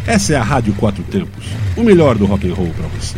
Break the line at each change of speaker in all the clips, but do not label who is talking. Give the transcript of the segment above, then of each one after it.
Essa é a Rádio Quatro Tempos, o melhor do rock and roll para você.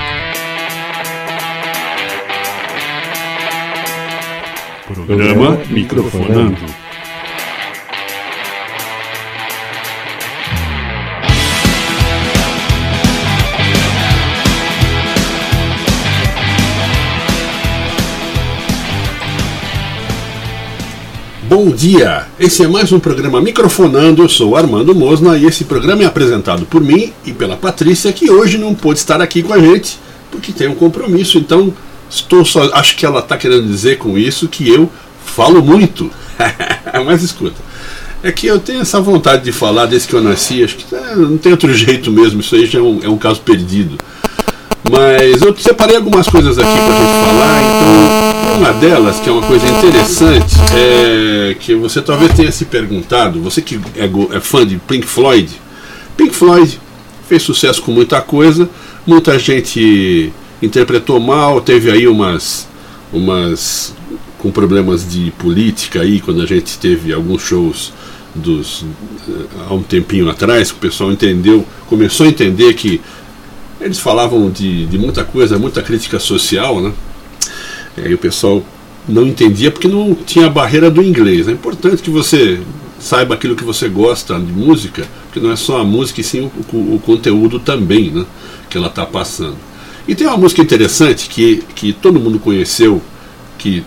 Programa Microfonando.
Bom dia, esse é mais um programa Microfonando, eu sou o Armando Mosna e esse programa é apresentado por mim e pela Patrícia, que hoje não pôde estar aqui com a gente, porque tem um compromisso, então acho que ela está querendo dizer com isso que eu falo muito, mas escuta, é que eu tenho essa vontade de falar desde que eu nasci, acho que não tem outro jeito mesmo, isso aí já é um caso perdido. Mas eu separei algumas coisas aqui pra gente falar, então uma delas, que é uma coisa interessante, é que você talvez tenha se perguntado, você que é fã de Pink Floyd fez sucesso com muita coisa, muita gente interpretou mal, teve aí umas com problemas de política aí, quando a gente teve alguns shows há um tempinho atrás, que o pessoal começou a entender que eles falavam de muita coisa, muita crítica social, né? E aí o pessoal não entendia porque não tinha a barreira do inglês. É importante que você saiba aquilo que você gosta de música, porque não é só a música e sim o conteúdo também, né? Que ela está passando. E tem uma música interessante que todo mundo conheceu, que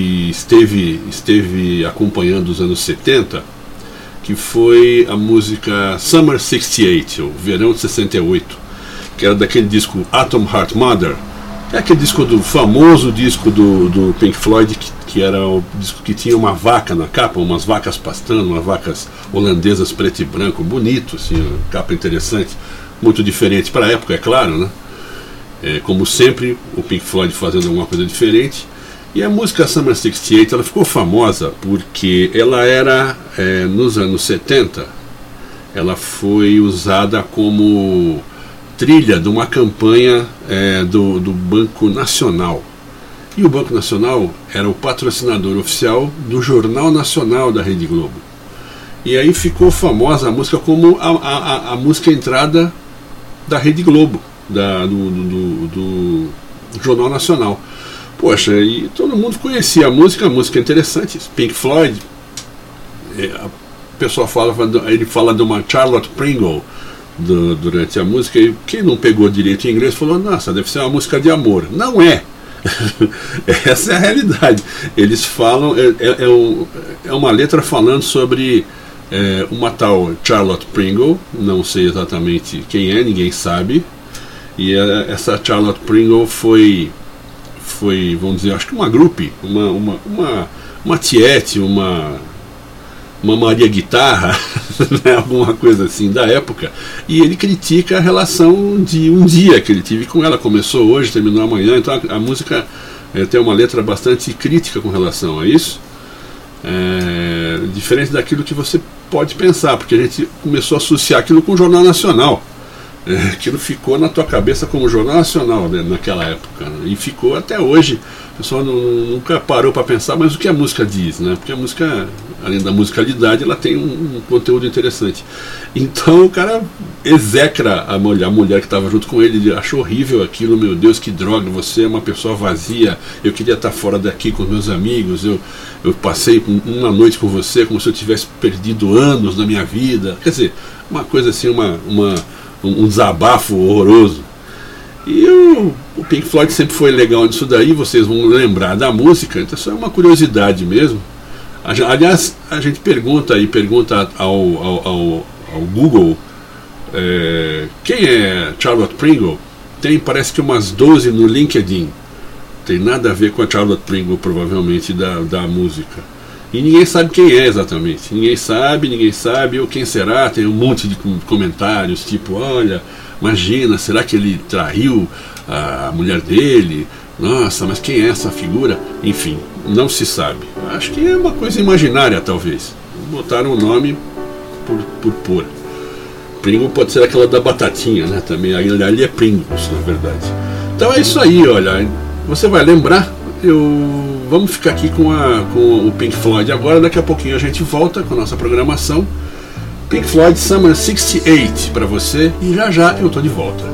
esteve acompanhando os anos 70, que foi a música Summer 68, o Verão de 68. Que era daquele disco Atom Heart Mother, que é aquele famoso disco do Pink Floyd, que era o disco que tinha uma vaca na capa, umas vacas pastando, umas vacas holandesas preto e branco, bonito, assim, uma capa interessante, muito diferente para a época, é claro, né? Como sempre, o Pink Floyd fazendo alguma coisa diferente. E a música Summer 68, ela ficou famosa porque ela era, nos anos 70, ela foi usada como trilha de uma campanha do Banco Nacional. E o Banco Nacional era o patrocinador oficial do Jornal Nacional da Rede Globo. E aí ficou famosa a música como a música entrada da Rede Globo, do Jornal Nacional. Poxa, e todo mundo conhecia a música é interessante. Pink Floyd, o pessoal ele fala de uma Charlotte Pringle durante a música, e quem não pegou direito em inglês falou: nossa, deve ser uma música de amor. Não é. Essa é a realidade. Eles falam, é uma letra falando sobre uma tal Charlotte Pringle, não sei exatamente quem é, ninguém sabe, e essa Charlotte Pringle foi, vamos dizer, acho que uma groupie, uma tiete, uma Maria Guitarra, né, alguma coisa assim da época, e ele critica a relação de um dia que ele teve com ela, começou hoje, terminou amanhã, então a música tem uma letra bastante crítica com relação a isso, diferente daquilo que você pode pensar, porque a gente começou a associar aquilo com o Jornal Nacional, aquilo ficou na tua cabeça como Jornal Nacional, né, naquela época, né, e ficou até hoje. O pessoal nunca parou para pensar, mas o que a música diz, né? Porque a música, além da musicalidade, ela tem um conteúdo interessante. Então o cara execra a mulher que estava junto com ele, ele achou horrível aquilo, meu Deus, que droga, você é uma pessoa vazia, eu queria estar fora daqui com os meus amigos, eu passei uma noite com você como se eu tivesse perdido anos da minha vida. Quer dizer, uma coisa assim, um desabafo horroroso. E o Pink Floyd sempre foi legal nisso daí, vocês vão lembrar da música, então isso é uma curiosidade mesmo. Aliás, a gente pergunta ao Google quem é Charlotte Pringle. Parece que umas 12 no LinkedIn. Tem nada a ver com a Charlotte Pringle, provavelmente, da música. E ninguém sabe quem é exatamente. Ninguém sabe, ou quem será. Tem um monte de comentários, tipo, olha, imagina, será que ele traiu a mulher dele? Nossa, mas quem é essa figura? Enfim, não se sabe. Acho que é uma coisa imaginária, talvez. Botaram o nome por pôr. Pringle pode ser aquela da batatinha, né? Também ali é Pringles, na verdade. Então é isso aí, olha. Você vai lembrar. Vamos ficar aqui com o Pink Floyd agora. Daqui a pouquinho a gente volta com a nossa programação. Pink Floyd Summer 68 para você, e já já eu tô de volta.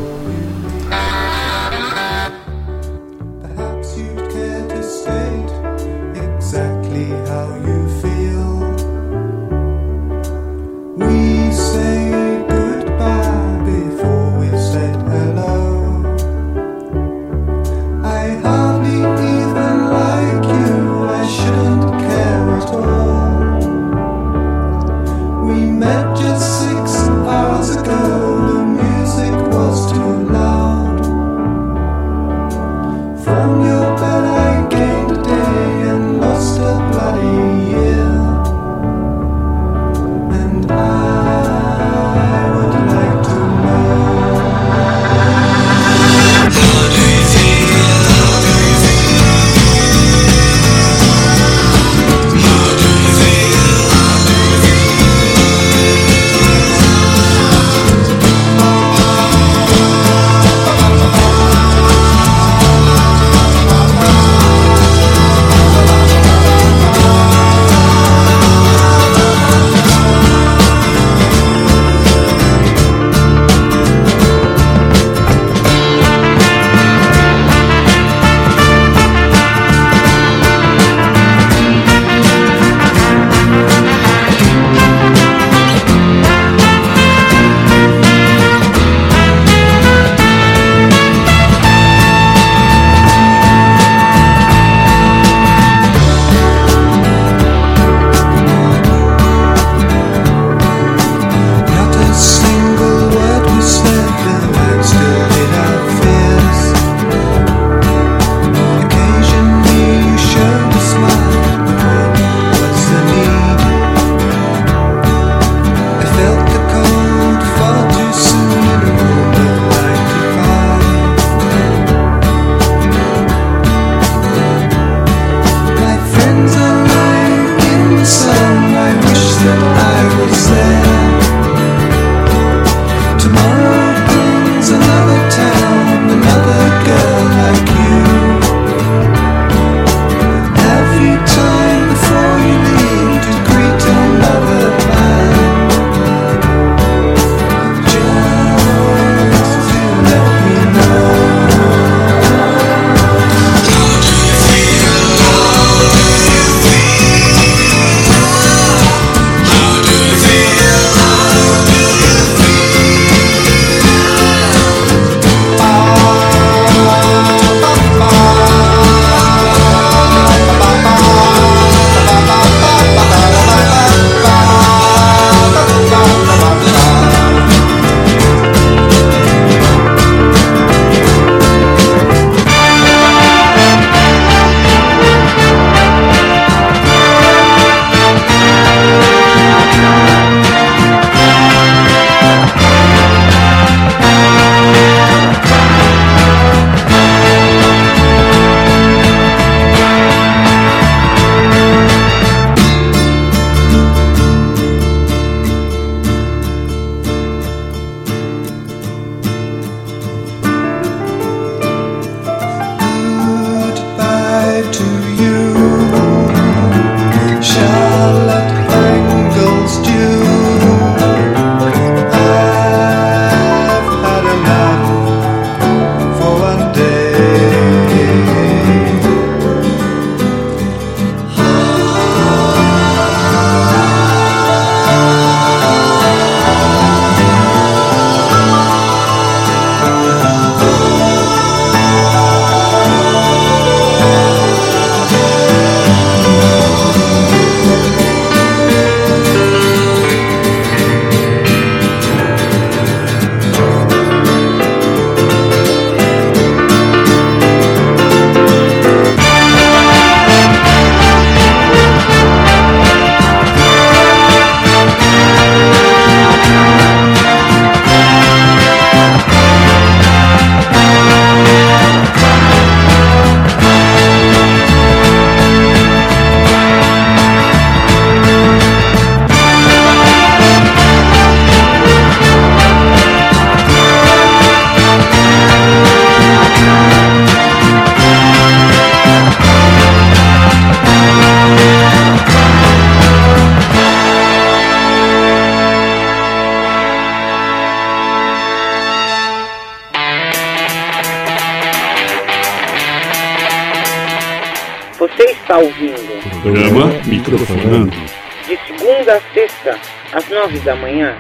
está ouvindo
Programa Microfonando.
de segunda a sexta, às 9 da manhã.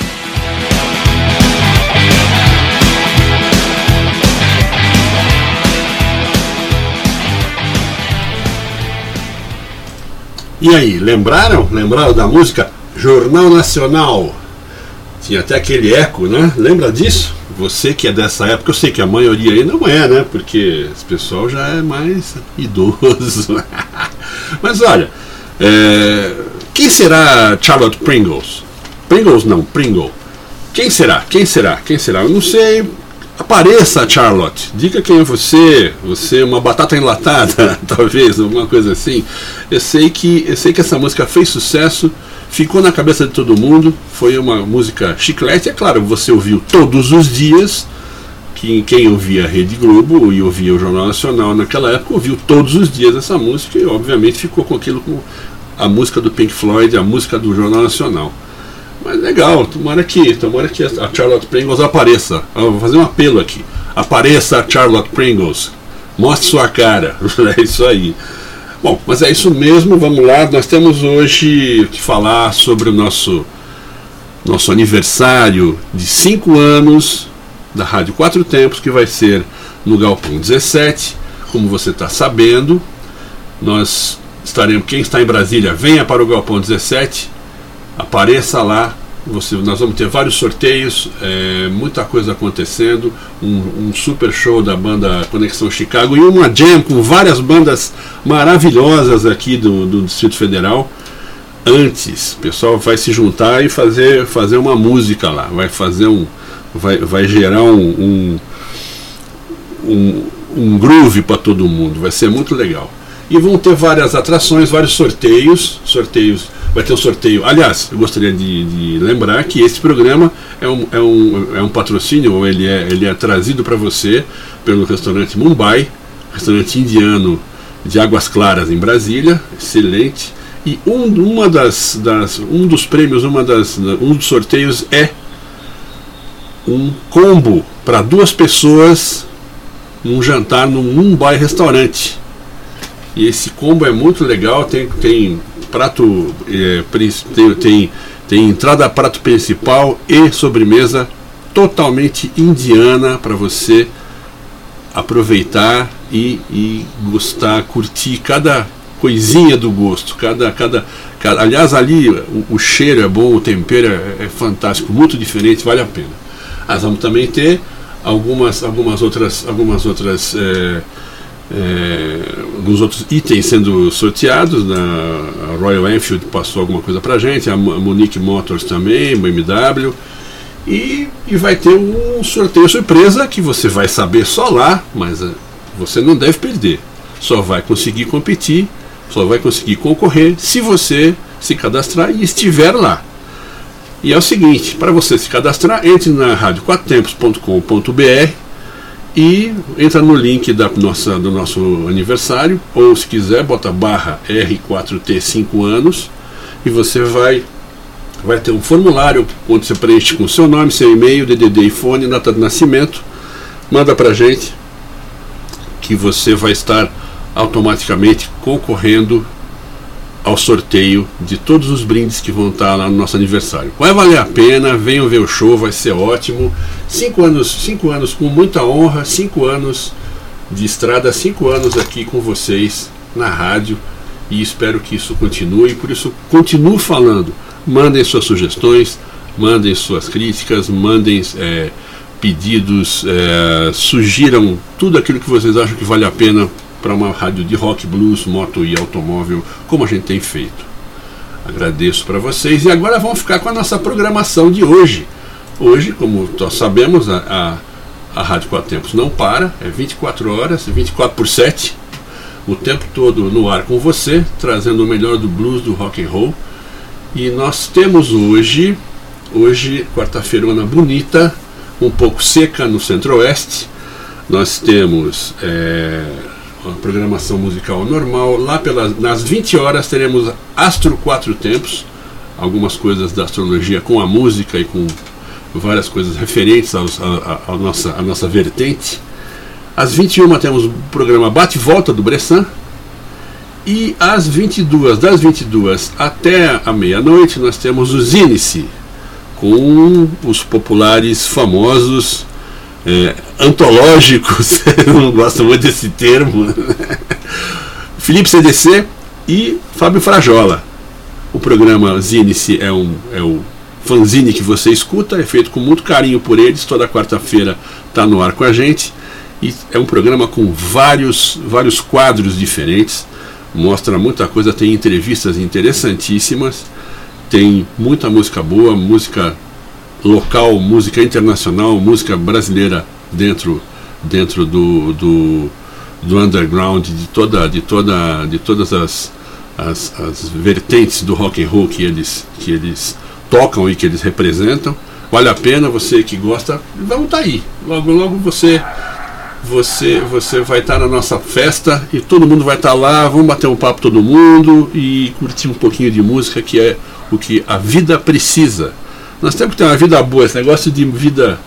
E aí, lembraram? Lembraram da música Jornal Nacional? Tinha até aquele eco, né? Lembra disso? Você que é dessa época, eu sei que a maioria aí não é, né? Porque esse pessoal já é mais idoso. Mas olha, quem será Charlotte Pringles? Pringles não, Pringle. Quem será? Quem será? Quem será? Eu não sei. Apareça, Charlotte. Diga quem é você. Você é uma batata enlatada, talvez, alguma coisa assim. Eu sei que essa música fez sucesso, ficou na cabeça de todo mundo. Foi uma música chiclete. É claro, você ouviu todos os dias. Quem ouvia a Rede Globo e ouvia o Jornal Nacional naquela época, ouviu todos os dias essa música e, obviamente, ficou com aquilo como a música do Pink Floyd, a música do Jornal Nacional. Mas legal, tomara que a Charlotte Pringles apareça. Eu vou fazer um apelo aqui. Apareça, Charlotte Pringles. Mostre sua cara. É isso aí. Bom, mas é isso mesmo, vamos lá. Nós temos hoje que falar sobre o nosso aniversário de 5 anos da Rádio Quatro Tempos, que vai ser no Galpão 17. Como você está sabendo, nós estaremos. Quem está em Brasília, venha para o Galpão 17. Apareça lá, nós vamos ter vários sorteios, muita coisa acontecendo, um super show da banda Conexão Chicago e uma jam com várias bandas maravilhosas aqui do Distrito Federal. Antes, o pessoal vai se juntar e fazer uma música lá, vai gerar um groove para todo mundo, vai ser muito legal. E vão ter várias atrações, vários sorteios. Vai ter um sorteio. Aliás, eu gostaria de lembrar que esse programa é um patrocínio, ou ele é trazido para você pelo restaurante Mumbai, restaurante indiano de Águas Claras em Brasília, excelente. E um dos prêmios, um dos sorteios é um combo para 2 pessoas num jantar no Mumbai Restaurante. E esse combo é muito legal, tem prato, tem entrada, prato principal e sobremesa totalmente indiana para você aproveitar e gostar, curtir cada coisinha do gosto. Aliás, ali o cheiro é bom, o tempero é fantástico, muito diferente, vale a pena. Nós vamos também ter alguns outros itens sendo sorteados. A Royal Enfield passou alguma coisa pra gente, a Monique Motors também, BMW, e vai ter um sorteio surpresa que você vai saber só lá, mas você não deve perder, só vai conseguir competir, só vai conseguir concorrer se você se cadastrar e estiver lá. E é o seguinte, para você se cadastrar, entre na radioquatroptempos.com.br e entra no link do nosso aniversário, ou se quiser, bota /R4T 5 anos, e você vai ter um formulário onde você preenche com seu nome, seu e-mail, DDD e fone, data de nascimento, manda pra gente, que você vai estar automaticamente concorrendo ao sorteio de todos os brindes que vão estar lá no nosso aniversário. Vai valer a pena, venham ver o show, vai ser ótimo. 5 anos com muita honra, 5 anos de estrada, 5 anos aqui com vocês na rádio, e espero que isso continue. Por isso, continuo falando, mandem suas sugestões, mandem suas críticas, mandem pedidos, sugiram tudo aquilo que vocês acham que vale a pena para uma rádio de rock, blues, moto e automóvel, como a gente tem feito. Agradeço para vocês, e agora vamos ficar com a nossa programação de hoje. Hoje, como nós sabemos, a Rádio Quatro Tempos não para, é 24 horas, 24/7, o tempo todo no ar com você, trazendo o melhor do blues, do rock and roll. E nós temos hoje, quarta-feirona bonita, um pouco seca no centro-oeste. Nós temos uma programação musical normal. Lá nas 20 horas teremos Astro Quatro Tempos, algumas coisas da astrologia com a música e com várias coisas referentes à nossa vertente. Às 21 temos o programa Bate e Volta do Bressan. E das 22 até a meia-noite, nós temos o Zine-se, com os populares famosos antológicos, eu não gosto muito desse termo, Felipe CDC e Fábio Frajola. O programa Zine-se é o fanzine que você escuta, é feito com muito carinho por eles, toda quarta-feira está no ar com a gente, e é um programa com vários quadros diferentes, mostra muita coisa, tem entrevistas interessantíssimas, tem muita música boa, música local, música internacional, música brasileira dentro do underground, de todas as vertentes do rock and roll que eles tocam e que eles representam. Vale a pena, você que gosta, vamos estar aí. Logo você vai estar na nossa festa e todo mundo vai estar lá, vamos bater um papo todo mundo e curtir um pouquinho de música, que é o que a vida precisa. Nós temos que ter uma vida boa, esse negócio de vida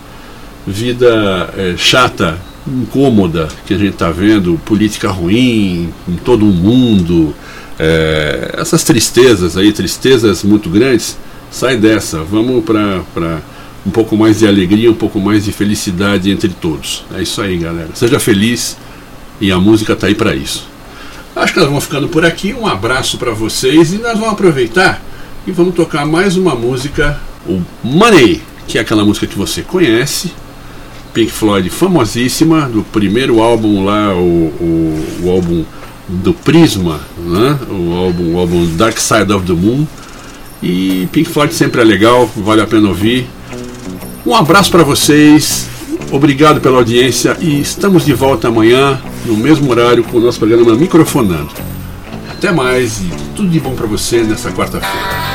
chata, incômoda que a gente está vendo, política ruim em todo o mundo, essas tristezas muito grandes, sai dessa, vamos para um pouco mais de alegria, um pouco mais de felicidade entre todos. É isso aí, galera, seja feliz, e a música está aí para isso. Acho que nós vamos ficando por aqui, um abraço para vocês, e nós vamos aproveitar e vamos tocar mais uma música, o Money, que é aquela música que você conhece, Pink Floyd, famosíssima, do primeiro álbum lá, o álbum do Prisma, né? o álbum Dark Side of the Moon. E Pink Floyd sempre é legal, vale a pena ouvir. Um abraço para vocês, obrigado pela audiência, e estamos de volta amanhã no mesmo horário com o nosso programa Microfonando. Até mais e tudo de bom para você nessa quarta-feira.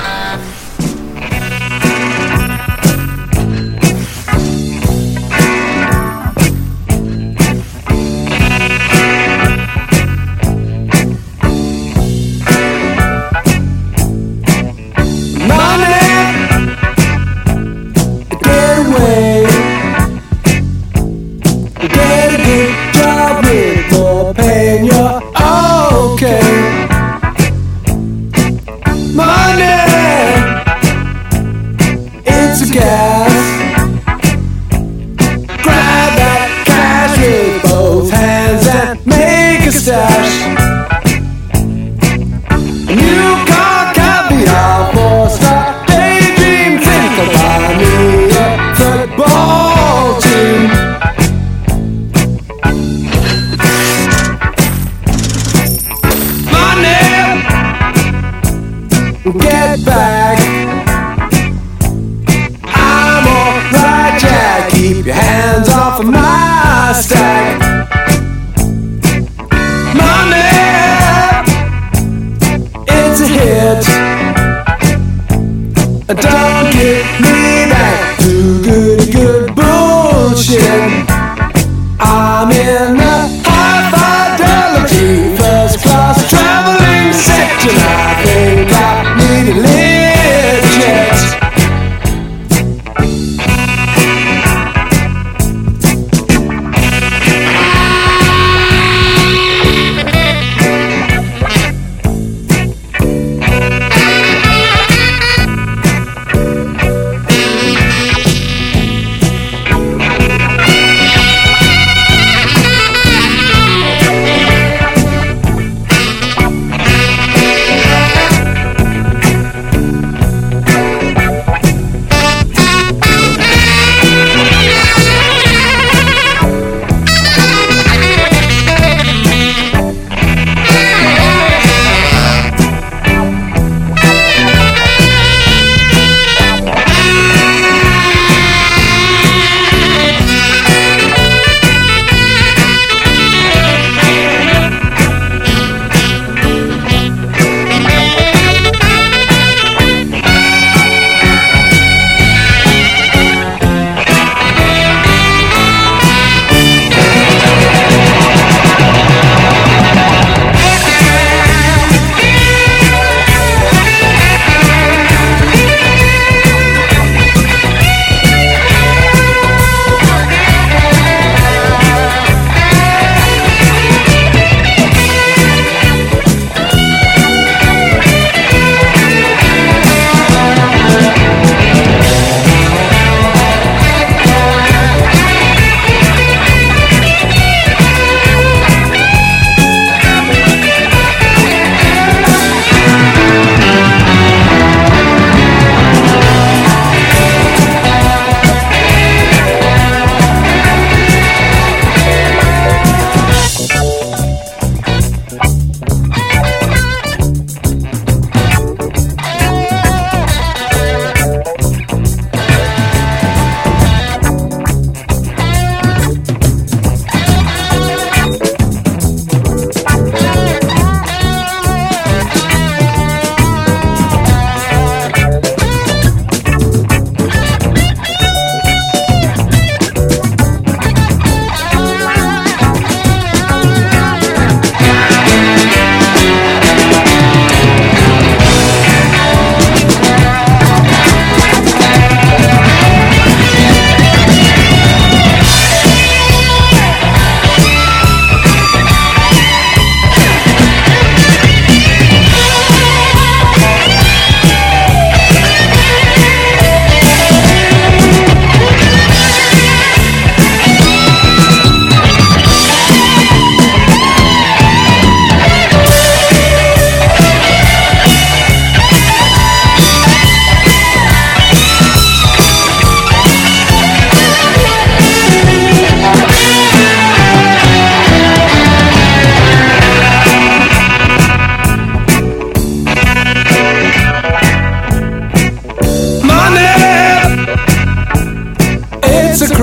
Get back, I'm alright, Jack. Keep your hands off of my stack. Money, it's a hit. Don't get me back to good bullshit. I'm in the high fidelity first class traveling section. I think I need a lift jet.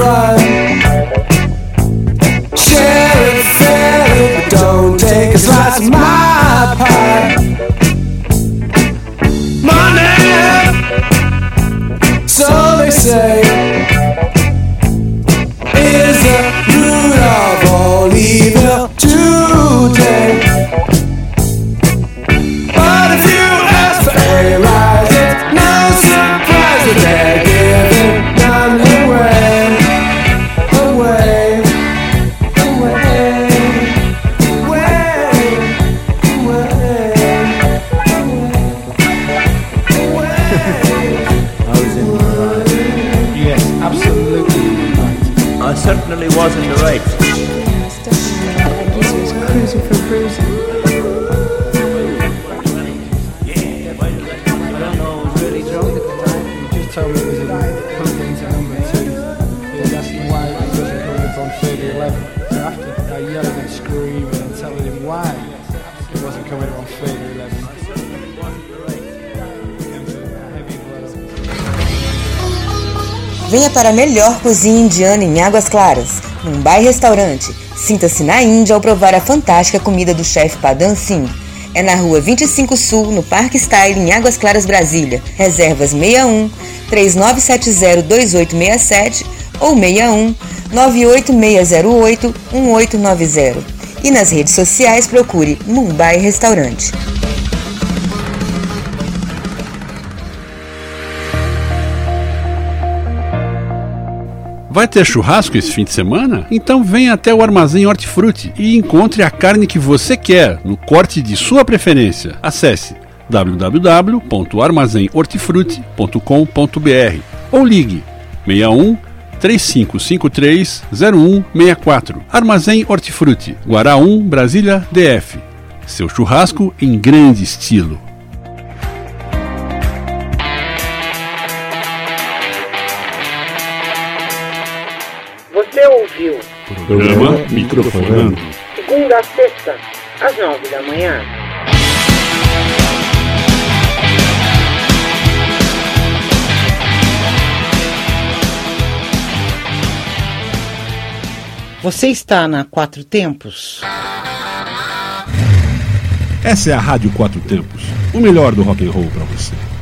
run. Share it fairly, but don't take a slice of my pie. Money, so they say, is the root of all evil today. But if you ask for a rise, it's no surprise that they're giving none away. Away, away,
I was in the right. Yes, absolutely right. I certainly was in the right.
Yes, definitely right. I guess it was cruising for bruising.
Told me it was in hooked into number 2. He was asking why it wasn't coming up on 3011. So after yelling and screaming and telling him why it wasn't coming up on 3011.
Venha para a melhor cozinha indiana em Águas Claras, Mumbai Restaurante. Sinta-se na Índia ao provar a fantástica comida do chefe Padan Singh. É na Rua 25 Sul, no Parque Style, em Águas Claras, Brasília. Reservas 61 39702867 ou 61 98608 1890. E nas redes sociais procure Mumbai Restaurante.
Vai ter churrasco esse fim de semana? Então venha até o Armazém Hortifruti e encontre a carne que você quer, no corte de sua preferência. Acesse www.armazenhortifruti.com.br ou ligue 61 3553 0164. Armazém Hortifruti, Guará 1, Brasília, DF. Seu churrasco em grande estilo.
Você ouviu
Programa Microfonando.
segunda a sexta, às 9 da manhã.
Você está na Quatro Tempos?
Essa é a Rádio Quatro Tempos, o melhor do rock and roll para você.